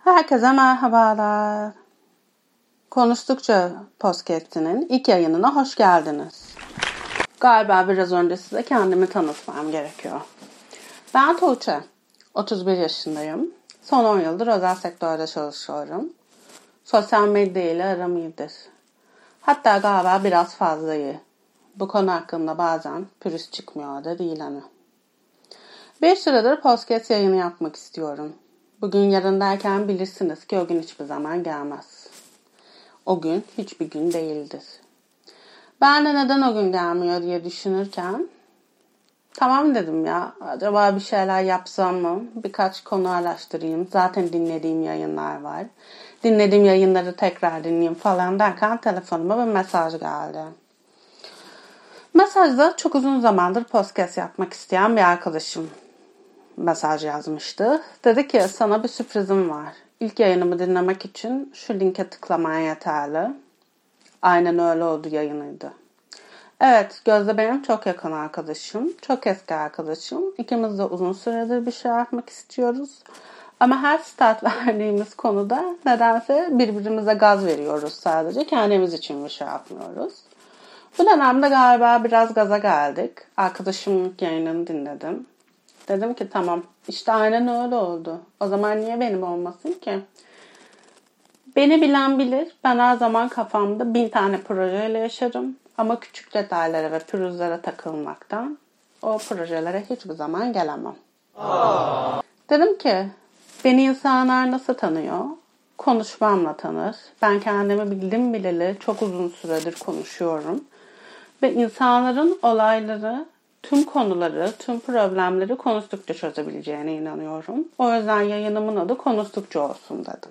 Herkese merhabalar. Konuştukça podcast'inin ilk yayınına hoş geldiniz. Galiba biraz önce size kendimi tanıtmam gerekiyor. Ben Tuğçe, 31 yaşındayım. Son 10 yıldır özel sektörde çalışıyorum. Sosyal medya ile aram iyidir. Hatta galiba biraz fazla iyi. Bu konu hakkında bazen pürüz çıkmıyor da değil hani. Bir süredir podcast yayını yapmak istiyorum. Bugün yarın derken bilirsiniz ki o gün hiçbir zaman gelmez. O gün hiçbir gün değildir. Ben de neden o gün gelmiyor diye düşünürken tamam dedim ya, acaba bir şeyler yapsam mı? Birkaç konu araştırayım. Zaten dinlediğim yayınlar var. Dinlediğim yayınları tekrar dinleyeyim falan derken telefonuma bir mesaj geldi. Mesajda çok uzun zamandır podcast yapmak isteyen bir arkadaşım mesaj yazmıştı. Dedi ki sana bir sürprizim var. İlk yayınımı dinlemek için şu linke tıklaman yeterli. Aynen öyle oldu, yayınıydı. Evet, Gözde benim çok yakın arkadaşım. Çok eski arkadaşım. İkimiz de uzun süredir bir şey yapmak istiyoruz. Ama her start verdiğimiz konuda nedense birbirimize gaz veriyoruz sadece. Kendimiz için bir şey yapmıyoruz. Bu dönemde galiba biraz gaza geldik. Arkadaşımın yayınını dinledim. Dedim ki tamam, işte aynen öyle oldu. O zaman niye benim olmasın ki? Beni bilen bilir. Ben her zaman kafamda 1000 tane projeyle yaşarım. Ama küçük detaylara ve pürüzlere takılmaktan o projelere hiçbir zaman gelemem. Dedim ki beni insanlar nasıl tanıyor? Konuşmamla tanır. Ben kendimi bildim bileli çok uzun süredir konuşuyorum. Ve insanların olayları, tüm konuları, tüm problemleri konuştukça çözebileceğine inanıyorum. O yüzden yayınımın adı Konuştukça olsun dedim.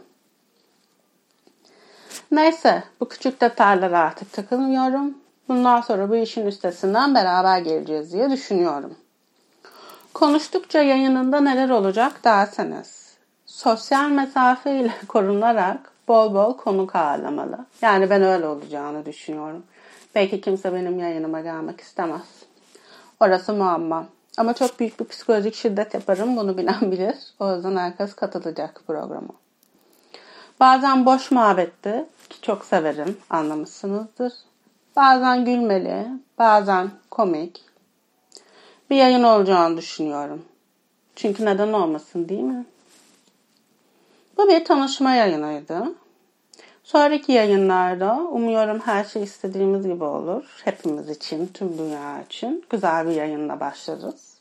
Neyse, bu küçük detaylara artık takılmıyorum. Bundan sonra bu işin üstesinden beraber geleceğiz diye düşünüyorum. Konuştukça yayınında neler olacak derseniz, sosyal mesafe ile korunarak bol bol konuk ağırlamalı. Yani ben öyle olacağını düşünüyorum. Belki kimse benim yayınıma gelmek istemez. Orası muamma. Ama çok büyük bir psikolojik şiddet yaparım, bunu bilen bilir. O yüzden herkes katılacak programa. Bazen boş muhabbetti ki çok severim, anlamışsınızdır. Bazen gülmeli, bazen komik bir yayın olacağını düşünüyorum. Çünkü neden olmasın, değil mi? Bu bir tanışma yayınıydı. Sonraki yayınlarda umuyorum her şey istediğimiz gibi olur. Hepimiz için, tüm dünya için güzel bir yayınla başlarız.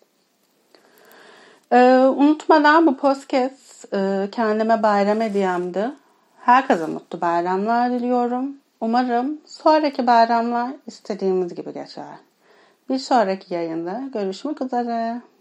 Unutmadan bu podcast kendime bayram hediyemdi. Herkese mutlu bayramlar diliyorum. Umarım sonraki bayramlar istediğimiz gibi geçer. Bir sonraki yayında görüşmek üzere.